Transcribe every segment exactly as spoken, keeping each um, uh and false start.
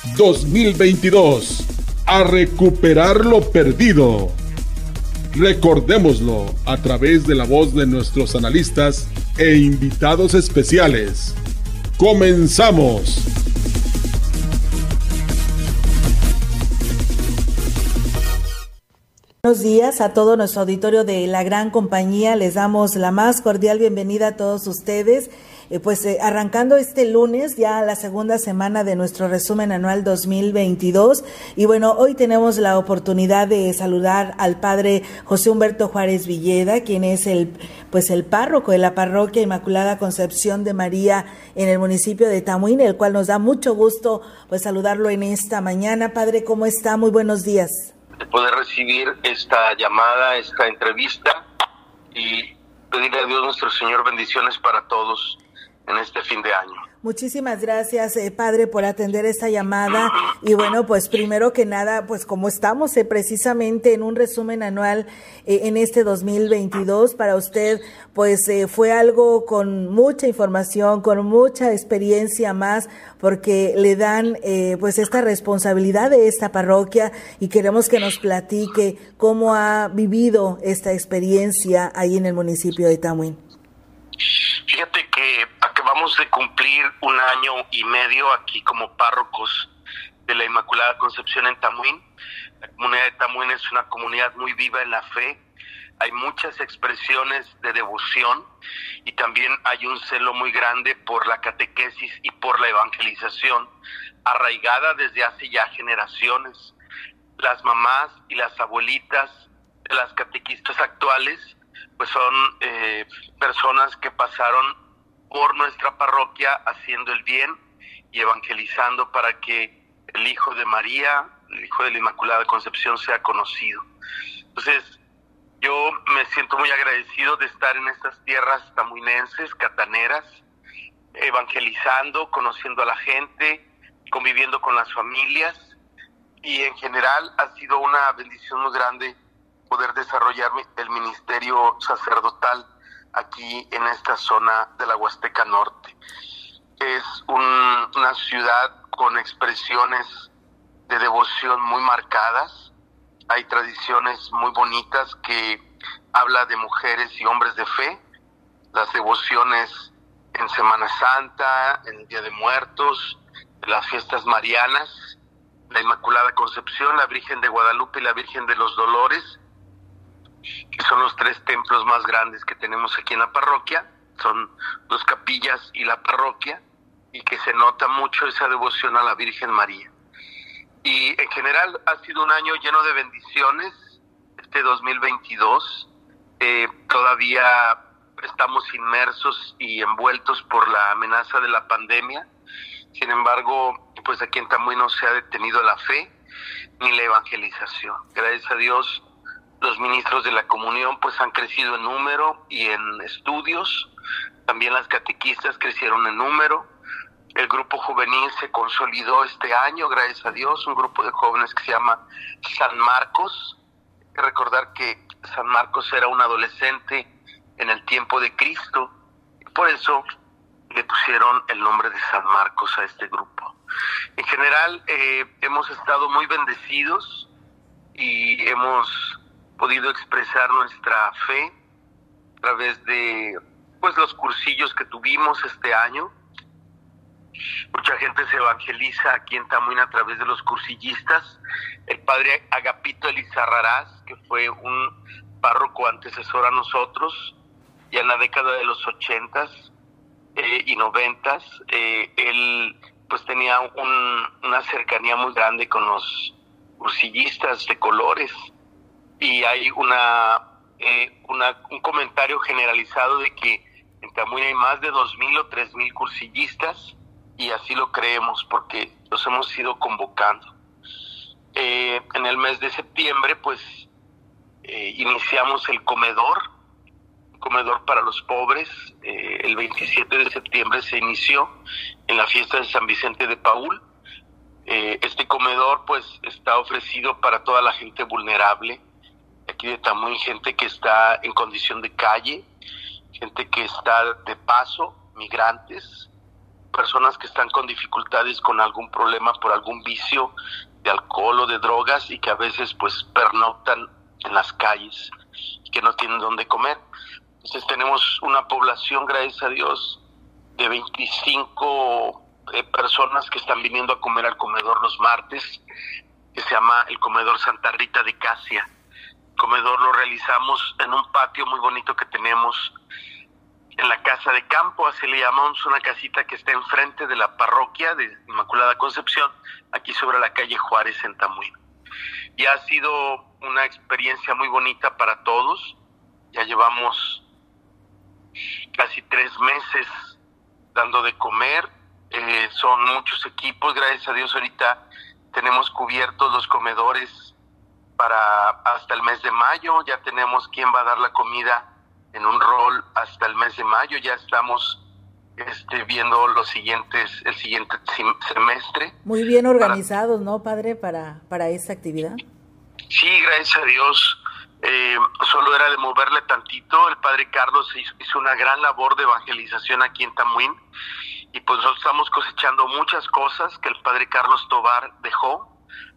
dos mil veintidós. A recuperar lo perdido. Recordémoslo a través de la voz de nuestros analistas e invitados especiales. ¡Comenzamos! Buenos días a todo nuestro auditorio de la gran compañía. Les damos la más cordial bienvenida a todos ustedes. Eh, pues eh, arrancando este lunes ya la segunda semana de nuestro resumen anual dos mil veintidós, y bueno, hoy tenemos la oportunidad de saludar al padre José Humberto Juárez Villeda, quien es el pues el párroco de la parroquia Inmaculada Concepción de María en el municipio de Tamuín, el cual nos da mucho gusto pues saludarlo en esta mañana. Padre, ¿cómo está? Muy buenos días. De poder recibir esta llamada, esta entrevista, y pedirle a Dios nuestro Señor bendiciones para todos en este fin de año. Muchísimas gracias, eh, padre, por atender esta llamada. Y bueno, pues primero que nada, pues como estamos eh, precisamente en un resumen anual eh, en este dos mil veintidós, para usted pues eh, fue algo con mucha información, con mucha experiencia más, porque le dan eh, pues esta responsabilidad de esta parroquia, y queremos que nos platique cómo ha vivido esta experiencia ahí en el municipio de Tamuín. Fíjate que acabamos de cumplir un año y medio aquí como párrocos de la Inmaculada Concepción en Tamuín. La comunidad de Tamuín es una comunidad muy viva en la fe. Hay muchas expresiones de devoción y también hay un celo muy grande por la catequesis y por la evangelización, arraigada desde hace ya generaciones. Las mamás y las abuelitas de las catequistas actuales pues son eh, personas que pasaron por nuestra parroquia haciendo el bien y evangelizando para que el Hijo de María, el Hijo de la Inmaculada Concepción, sea conocido. Entonces, yo me siento muy agradecido de estar en estas tierras tamuinenses, cataneras, evangelizando, conociendo a la gente, conviviendo con las familias, y en general ha sido una bendición muy grande poder desarrollar el ministerio sacerdotal aquí en esta zona de la Huasteca Norte. Es un, una ciudad con expresiones de devoción muy marcadas. Hay tradiciones muy bonitas que habla de mujeres y hombres de fe, las devociones en Semana Santa, en el Día de Muertos, las fiestas marianas, la Inmaculada Concepción, la Virgen de Guadalupe y la Virgen de los Dolores, que son los tres templos más grandes que tenemos aquí en la parroquia. Son dos capillas y la parroquia, y que se nota mucho esa devoción a la Virgen María. Y en general ha sido un año lleno de bendiciones, este dos mil veintidós. Eh, todavía estamos inmersos y envueltos por la amenaza de la pandemia. Sin embargo, pues aquí en Tamuín no se ha detenido la fe ni la evangelización. Gracias a Dios, los ministros de la comunión pues han crecido en número y en estudios. También las catequistas crecieron en número. El grupo juvenil se consolidó este año, gracias a Dios, un grupo de jóvenes que se llama San Marcos. Hay que recordar que San Marcos era un adolescente en el tiempo de Cristo, y por eso le pusieron el nombre de San Marcos a este grupo. En general eh, hemos estado muy bendecidos y hemos podido expresar nuestra fe a través de pues los cursillos que tuvimos este año. Mucha gente se evangeliza aquí en Tamuín a través de los cursillistas. El padre Agapito Elizarrarás, que fue un párroco antecesor a nosotros, ya en la década de los ochentas eh, y noventas, eh, él pues tenía un, una cercanía muy grande con los cursillistas de colores. Y hay una, eh, una un comentario generalizado de que en Tamuín hay más de dos mil o tres mil cursillistas, y así lo creemos porque los hemos ido convocando. Eh, en el mes de septiembre, pues, eh, iniciamos el comedor, comedor para los pobres. Eh, el veintisiete de septiembre se inició en la fiesta de San Vicente de Paúl. Eh, este comedor, pues, está ofrecido para toda la gente vulnerable aquí de Tamuín, gente que está en condición de calle, gente que está de paso, migrantes, personas que están con dificultades, con algún problema por algún vicio de alcohol o de drogas y que a veces pues pernoctan en las calles y que no tienen dónde comer. Entonces tenemos una población, gracias a Dios, de veinticinco eh, personas que están viniendo a comer al comedor los martes, que se llama el Comedor Santa Rita de Casia. El comedor lo realizamos en un patio muy bonito que tenemos en la Casa de Campo, así le llamamos, una casita que está enfrente de la parroquia de Inmaculada Concepción, aquí sobre la calle Juárez en Tamuín. Y ha sido una experiencia muy bonita para todos. Ya llevamos casi tres meses dando de comer, eh, son muchos equipos, gracias a Dios ahorita tenemos cubiertos los comedores para hasta el mes de mayo, ya tenemos quién va a dar la comida en un rol hasta el mes de mayo, ya estamos este, viendo los siguientes, el siguiente semestre. Muy bien organizados, para, ¿no, padre, para, para esta actividad? Sí, gracias a Dios, eh, solo era de moverle tantito. El padre Carlos hizo, hizo una gran labor de evangelización aquí en Tamuín, y pues nosotros estamos cosechando muchas cosas que el padre Carlos Tobar dejó,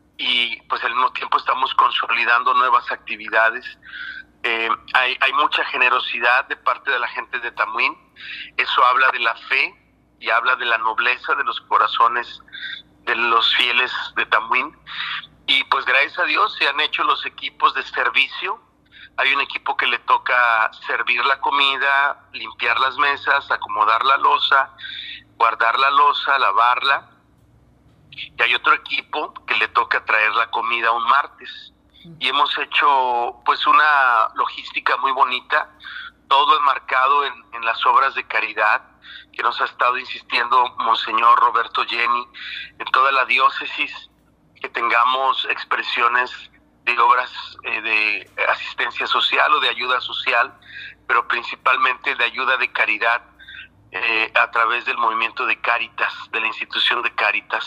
y pues al mismo tiempo estamos consolidando nuevas actividades. Eh, hay, hay mucha generosidad de parte de la gente de Tamuín. Eso habla de la fe y habla de la nobleza de los corazones de los fieles de Tamuín. Y pues gracias a Dios se han hecho los equipos de servicio. Hay un equipo que le toca servir la comida, limpiar las mesas, acomodar la loza, guardar la loza, lavarla. Y hay otro equipo que le toca traer la comida un martes. Y hemos hecho pues una logística muy bonita, todo enmarcado en, en las obras de caridad que nos ha estado insistiendo Monseñor Roberto Jenny en toda la diócesis, que tengamos expresiones de obras eh, de asistencia social o de ayuda social, pero principalmente de ayuda de caridad eh, a través del movimiento de Cáritas, de la institución de Cáritas.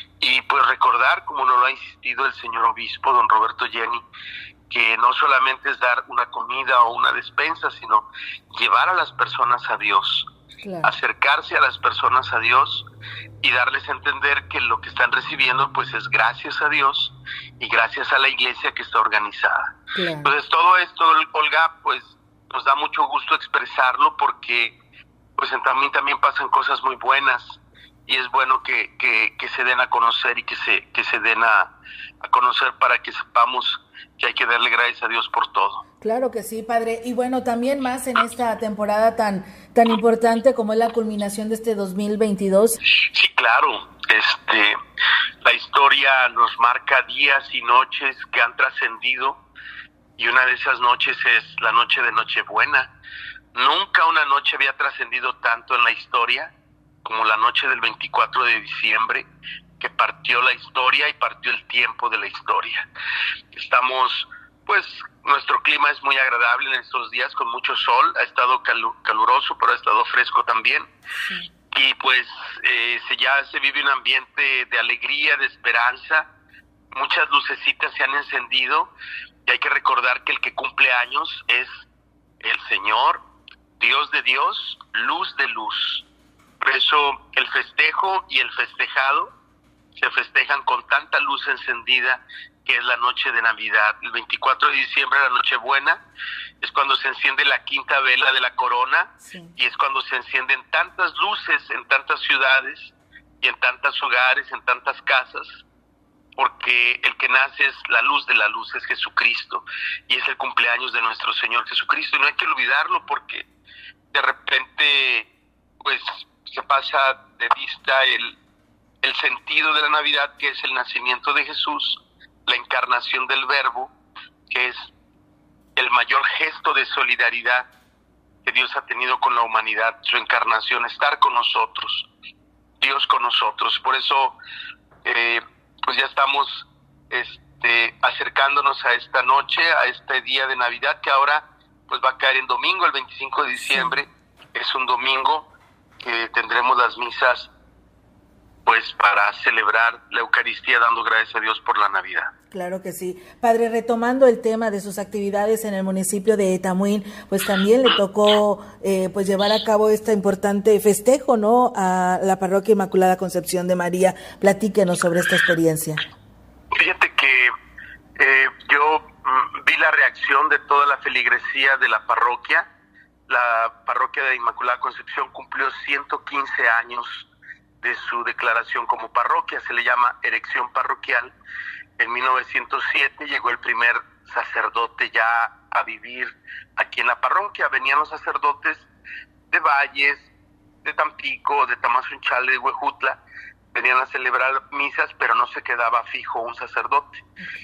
Y pues recordar, como nos lo ha insistido el señor obispo, don Roberto Jenny, que no solamente es dar una comida o una despensa, sino llevar a las personas a Dios, claro, acercarse a las personas a Dios y darles a entender que lo que están recibiendo pues es gracias a Dios y gracias a la iglesia que está organizada. Claro. Entonces todo esto, Olga, pues nos da mucho gusto expresarlo, porque pues en también, también pasan cosas muy buenas, y es bueno que, que, que se den a conocer y que se, que se den a, a conocer para que sepamos que hay que darle gracias a Dios por todo. Claro que sí, padre. Y bueno, también más en esta temporada tan tan importante como es la culminación de este dos mil veintidós. Sí, claro. Este, la historia nos marca días y noches que han trascendido, y una de esas noches es la noche de Nochebuena. Nunca una noche había trascendido tanto en la historia como la noche del veinticuatro de diciembre, que partió la historia y partió el tiempo de la historia. Estamos, pues, nuestro clima es muy agradable en estos días, con mucho sol, ha estado calu- caluroso, pero ha estado fresco también. Sí. Y pues eh, se, ya se vive un ambiente de alegría, de esperanza, muchas lucecitas se han encendido, y hay que recordar que el que cumple años es el Señor, Dios de Dios, luz de luz. Por eso el festejo y el festejado se festejan con tanta luz encendida, que es la noche de Navidad. El veinticuatro de diciembre, la Nochebuena, es cuando se enciende la quinta vela de la corona, sí, y es cuando se encienden tantas luces en tantas ciudades y en tantos hogares, en tantas casas, porque el que nace es la luz de la luz, es Jesucristo, y es el cumpleaños de nuestro Señor Jesucristo, y no hay que olvidarlo, porque de repente pues se pasa de vista el, el sentido de la Navidad, que es el nacimiento de Jesús, la encarnación del Verbo, que es el mayor gesto de solidaridad que Dios ha tenido con la humanidad, su encarnación, estar con nosotros, Dios con nosotros. Por eso eh, pues ya estamos este, acercándonos a esta noche, a este día de Navidad, que ahora pues va a caer en domingo, el veinticinco de diciembre, es un domingo que tendremos las misas pues para celebrar la Eucaristía dando gracias a Dios por la Navidad. Claro que sí. Padre, retomando el tema de sus actividades en el municipio de Tamuín, pues también le tocó eh, pues llevar a cabo este importante festejo, ¿no?, a la Parroquia Inmaculada Concepción de María. Platíquenos sobre esta experiencia. Fíjate que eh, yo mm, vi la reacción de toda la feligresía de la parroquia. La Parroquia de Inmaculada Concepción cumplió ciento quince años de su declaración como parroquia, se le llama erección parroquial. En mil novecientos siete llegó el primer sacerdote ya a vivir aquí en la parroquia. Venían los sacerdotes de Valles, de Tampico, de Tamazunchale, de Huejutla, venían a celebrar misas, pero no se quedaba fijo un sacerdote.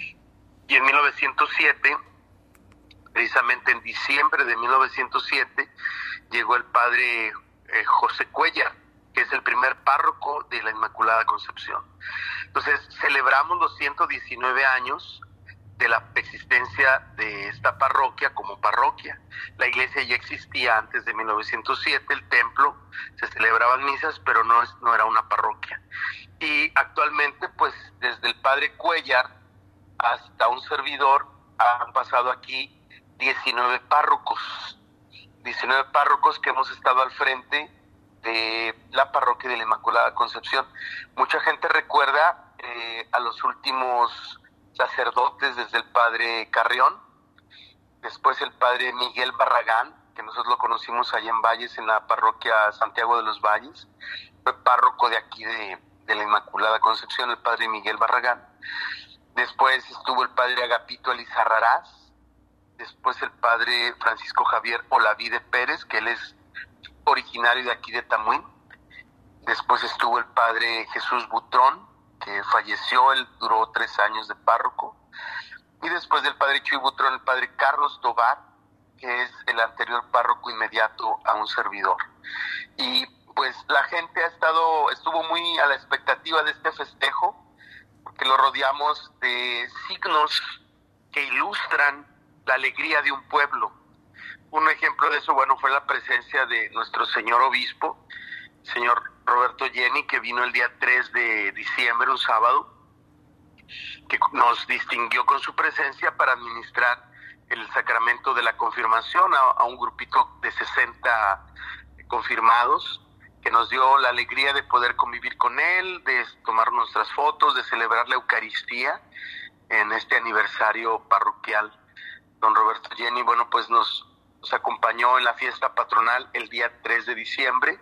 Y en mil novecientos siete, precisamente en diciembre de mil novecientos siete, llegó el padre eh, José Cuellar, que es el primer párroco de la Inmaculada Concepción. Entonces, celebramos los ciento diecinueve años de la existencia de esta parroquia como parroquia. La iglesia ya existía antes de mil novecientos siete, el templo, se celebraban misas, pero no, es, no era una parroquia. Y actualmente, pues, desde el padre Cuellar hasta un servidor, han pasado aquí diecinueve párrocos. diecinueve párrocos que hemos estado al frente de la parroquia de la Inmaculada Concepción. Mucha gente recuerda eh, a los últimos sacerdotes, desde el padre Carrión, después el padre Miguel Barragán, que nosotros lo conocimos allá en Valles, en la parroquia Santiago de los Valles, fue párroco de aquí de, de la Inmaculada Concepción, el padre Miguel Barragán. Después estuvo el padre Agapito Elizarrarás, después el padre Francisco Javier Olavide Pérez, que él es originario de aquí de Tamuín. Después estuvo el padre Jesús Butrón, que falleció, él duró tres años de párroco. Y después del padre Chuy Butrón, el padre Carlos Tobar, que es el anterior párroco inmediato a un servidor. Y pues la gente ha estado, estuvo muy a la expectativa de este festejo, porque lo rodeamos de signos que ilustran la alegría de un pueblo. Un ejemplo de eso, bueno, fue la presencia de nuestro señor obispo, señor Roberto Jenny, que vino el día tres de diciembre, un sábado, que nos distinguió con su presencia para administrar el sacramento de la confirmación a, a un grupito de sesenta confirmados, que nos dio la alegría de poder convivir con él, de tomar nuestras fotos, de celebrar la Eucaristía en este aniversario parroquial. Don Roberto Jenny, bueno, pues nos... nos acompañó en la fiesta patronal el día tres de diciembre.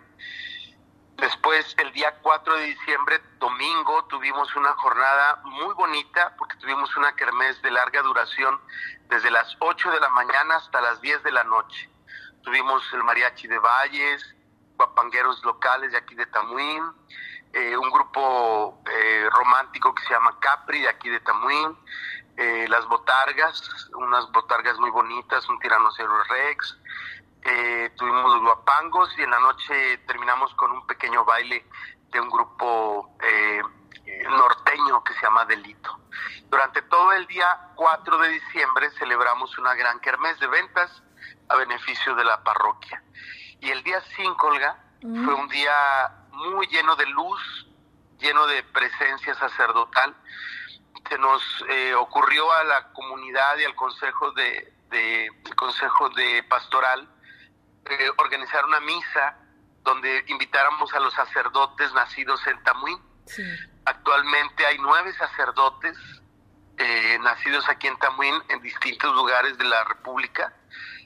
Después, el día cuatro de diciembre, domingo, tuvimos una jornada muy bonita, porque tuvimos una kermés de larga duración, desde las ocho de la mañana hasta las diez de la noche. Tuvimos el mariachi de Valles, guapangueros locales de aquí de Tamuín, eh, un grupo eh, romántico que se llama Capri, de aquí de Tamuín, Eh, las botargas, unas botargas muy bonitas, un tiranosaurio rex, eh, tuvimos los guapangos y en la noche terminamos con un pequeño baile de un grupo eh, norteño que se llama Delito. Durante todo el día cuatro de diciembre celebramos una gran kermés de ventas a beneficio de la parroquia. Y el día cinco, Olga, mm. fue un día muy lleno de luz, lleno de presencia sacerdotal. Se nos eh, ocurrió a la comunidad y al consejo de, de el consejo de pastoral eh, organizar una misa donde invitáramos a los sacerdotes nacidos en Tamuín. Sí. Actualmente hay nueve sacerdotes eh, nacidos aquí en Tamuín en distintos lugares de la República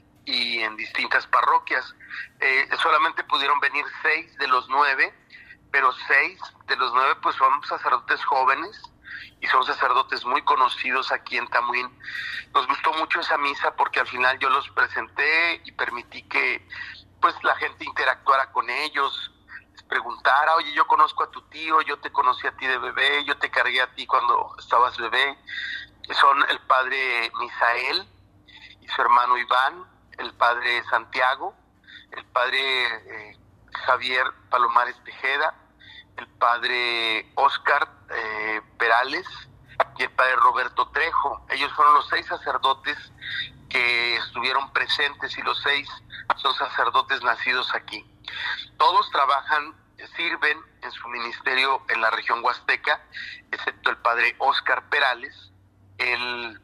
y en distintas parroquias. Eh, solamente pudieron venir seis de los nueve, pero seis de los nueve pues son sacerdotes jóvenes y son sacerdotes muy conocidos aquí en Tamuín. Nos gustó mucho esa misa porque al final yo los presenté y permití que pues la gente interactuara con ellos, les preguntara, oye, yo conozco a tu tío, yo te conocí a ti de bebé, yo te cargué a ti cuando estabas bebé. Son el padre Misael y su hermano Iván, el padre Santiago, el padre eh, Javier Palomares Tejeda, el padre Óscar eh, Perales y el padre Roberto Trejo. Ellos fueron los seis sacerdotes que estuvieron presentes y los seis son sacerdotes nacidos aquí. Todos trabajan sirven en su ministerio en la región huasteca, excepto el padre Óscar Perales. Él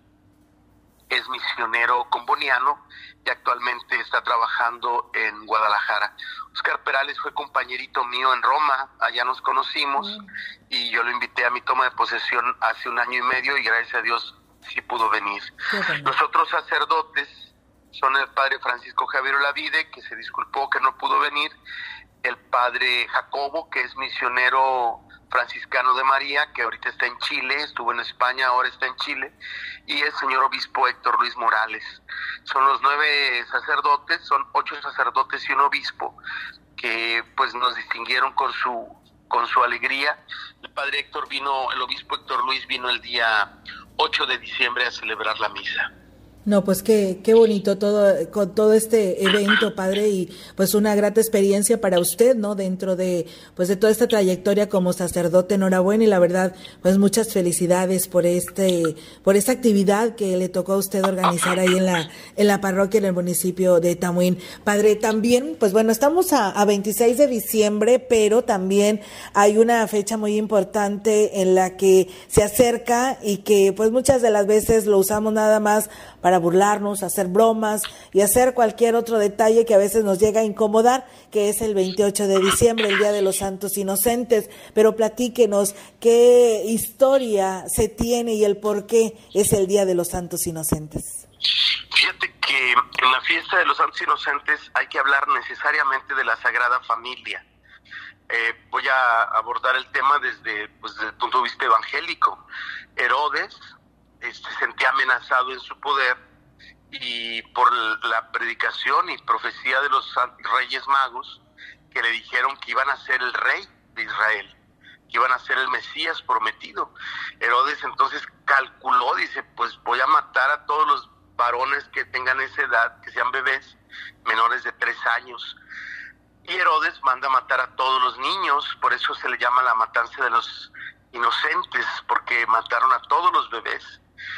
es misionero comboniano y actualmente está trabajando en Guadalajara. Óscar Perales fue compañerito mío en Roma, allá nos conocimos, mm. y yo lo invité a mi toma de posesión hace un año y medio y gracias a Dios sí pudo venir. Bueno. Los otros sacerdotes son el padre Francisco Javier Olavide, que se disculpó que no pudo venir, el padre Jacobo, que es misionero franciscano de María, que ahorita está en Chile, estuvo en España, ahora está en Chile, y el señor obispo Héctor Luis Morales. Son los nueve sacerdotes, son ocho sacerdotes y un obispo, que pues nos distinguieron con su con su alegría. El padre Héctor vino, el obispo Héctor Luis vino el día ocho de diciembre a celebrar la misa. No, pues qué, qué bonito todo, con todo este evento, padre, y pues una grata experiencia para usted, ¿no? Dentro de, pues de toda esta trayectoria como sacerdote. Enhorabuena y la verdad, pues muchas felicidades por este, por esta actividad que le tocó a usted organizar ahí en la, en la parroquia en el municipio de Tamuín. Padre, también, pues bueno, estamos a, a veintiséis de diciembre, pero también hay una fecha muy importante en la que se acerca y que pues muchas de las veces lo usamos nada más para burlarnos, hacer bromas y hacer cualquier otro detalle que a veces nos llega a incomodar, que es el veintiocho de diciembre, el Día de los Santos Inocentes. Pero platíquenos qué historia se tiene y el por qué es el Día de los Santos Inocentes. Fíjate que en la fiesta de los Santos Inocentes hay que hablar necesariamente de la Sagrada Familia. Eh, voy a abordar el tema desde, pues, desde el punto de vista evangélico. Herodes se sentía amenazado en su poder y por la predicación y profecía de los reyes magos que le dijeron que iban a ser el rey de Israel, que iban a ser el Mesías prometido. Herodes entonces calculó, dice, pues voy a matar a todos los varones que tengan esa edad, que sean bebés menores de tres años. Y Herodes manda matar a todos los niños, por eso se le llama la matanza de los inocentes, porque mataron a todos los bebés.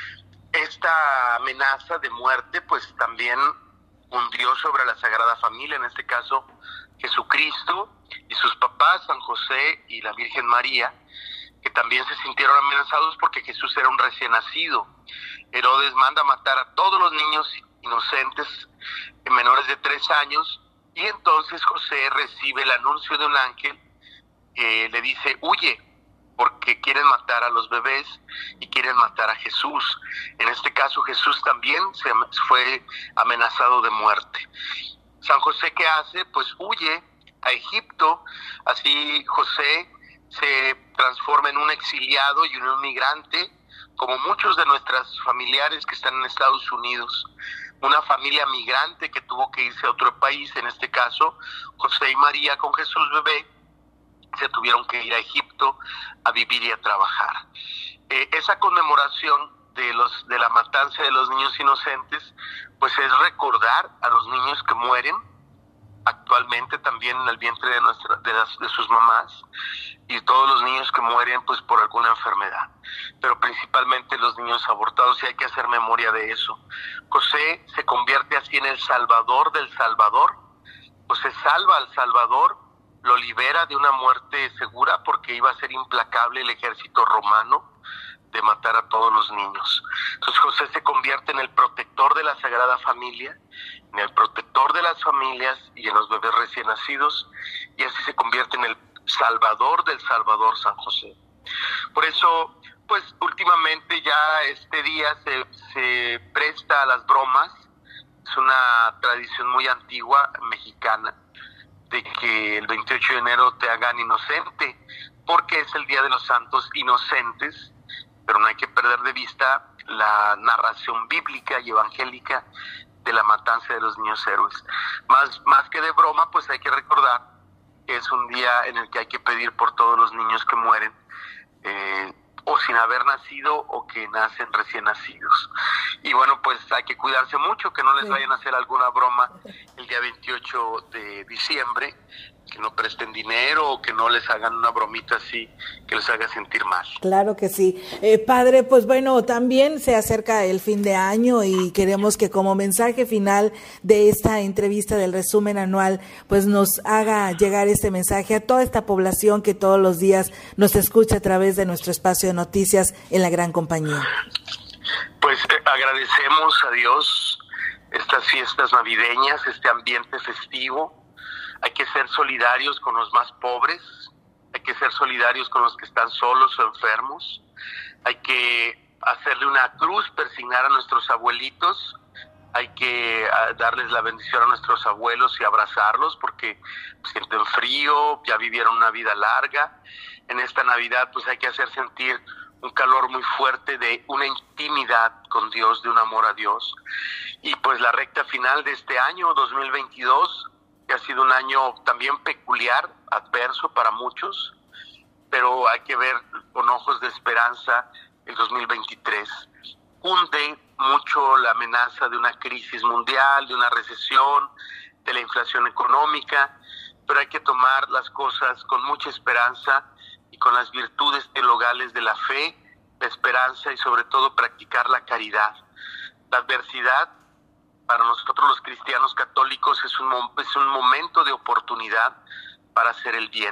Esta amenaza de muerte pues también hundió sobre la Sagrada Familia, en este caso Jesucristo y sus papás, San José y la Virgen María, que también se sintieron amenazados porque Jesús era un recién nacido. Herodes manda matar a todos los niños inocentes menores de tres años y entonces José recibe el anuncio de un ángel que le dice, huye, porque quieren matar a los bebés y quieren matar a Jesús. En este caso Jesús también se fue amenazado de muerte. San José, ¿qué hace? Pues huye a Egipto. Así José se transforma en un exiliado y un migrante, como muchos de nuestros familiares que están en Estados Unidos. Una familia migrante que tuvo que irse a otro país, en este caso José y María con Jesús bebé, se tuvieron que ir a Egipto a vivir y a trabajar. Eh, esa conmemoración de los de la matanza de los niños inocentes, pues es recordar a los niños que mueren actualmente también en el vientre de, nuestra, de, las, de sus mamás, y todos los niños que mueren pues por alguna enfermedad, pero principalmente los niños abortados, y hay que hacer memoria de eso. José se convierte así en el Salvador del Salvador. José salva al Salvador, lo libera de una muerte segura porque iba a ser implacable el ejército romano de matar a todos los niños. Entonces José se convierte en el protector de la Sagrada Familia, en el protector de las familias y en los bebés recién nacidos, y así se convierte en el Salvador del Salvador, San José. Por eso, pues últimamente ya este día se, se presta a las bromas. Es una tradición muy antigua mexicana, de que el veintiocho de enero te hagan inocente, porque es el Día de los Santos Inocentes, pero no hay que perder de vista la narración bíblica y evangélica de la matanza de los niños héroes. Más, más que de broma, pues hay que recordar que es un día en el que hay que pedir por todos los niños que mueren, eh, o sin haber nacido o que nacen recién nacidos. Y bueno, pues hay que cuidarse mucho, que no les vayan a hacer alguna broma el día veintiocho de diciembre, que no presten dinero o que no les hagan una bromita así que les haga sentir mal. Claro que sí. Eh, padre, pues bueno, también se acerca el fin de año y queremos que como mensaje final de esta entrevista del resumen anual, pues nos haga llegar este mensaje a toda esta población que todos los días nos escucha a través de nuestro espacio de noticias en la gran compañía. Pues eh, agradecemos a Dios estas fiestas navideñas, este ambiente festivo. Hay que ser solidarios con los más pobres, hay que ser solidarios con los que están solos o enfermos, hay que hacerle una cruz, persignar a nuestros abuelitos, hay que darles la bendición a nuestros abuelos y abrazarlos porque sienten frío, ya vivieron una vida larga. En esta Navidad pues hay que hacer sentir un calor muy fuerte de una intimidad con Dios, de un amor a Dios. Y pues la recta final de este año, dos mil veintidós, que ha sido un año también peculiar, adverso para muchos, pero hay que ver con ojos de esperanza el dos mil veintitrés. Hunde mucho la amenaza de una crisis mundial, de una recesión, de la inflación económica, pero hay que tomar las cosas con mucha esperanza y con las virtudes teologales de la fe, la esperanza y sobre todo practicar la caridad. La adversidad para nosotros los cristianos católicos es un, es un momento de oportunidad para hacer el bien.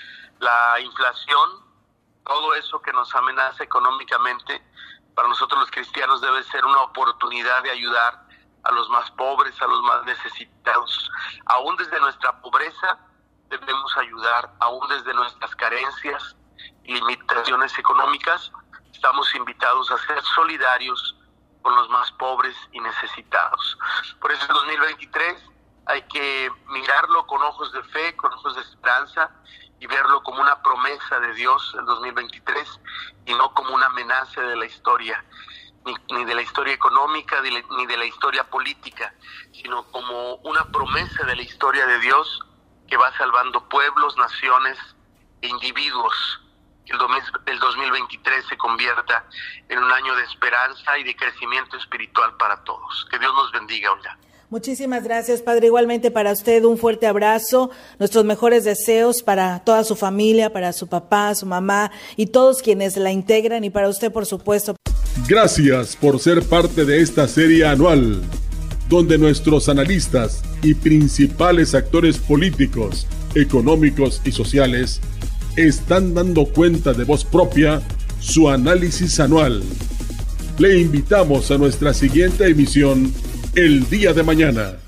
La inflación, todo eso que nos amenaza económicamente, para nosotros los cristianos debe ser una oportunidad de ayudar a los más pobres, a los más necesitados. Aún desde nuestra pobreza debemos ayudar, aún desde nuestras carencias y limitaciones económicas, estamos invitados a ser solidarios con los más pobres y necesitados. Por eso en dos mil veintitrés hay que mirarlo con ojos de fe, con ojos de esperanza y verlo como una promesa de Dios en dos mil veintitrés y no como una amenaza de la historia, ni, ni de la historia económica ni de la historia política, sino como una promesa de la historia de Dios que va salvando pueblos, naciones e individuos. El dos mil veintitrés se convierta en un año de esperanza y de crecimiento espiritual para todos. Que Dios nos bendiga, Olga. Muchísimas gracias, padre. Igualmente para usted un fuerte abrazo, nuestros mejores deseos para toda su familia, para su papá, su mamá y todos quienes la integran y para usted, por supuesto. Gracias por ser parte de esta serie anual, donde nuestros analistas y principales actores políticos, económicos y sociales están dando cuenta de voz propia su análisis anual. Le invitamos a nuestra siguiente emisión el día de mañana.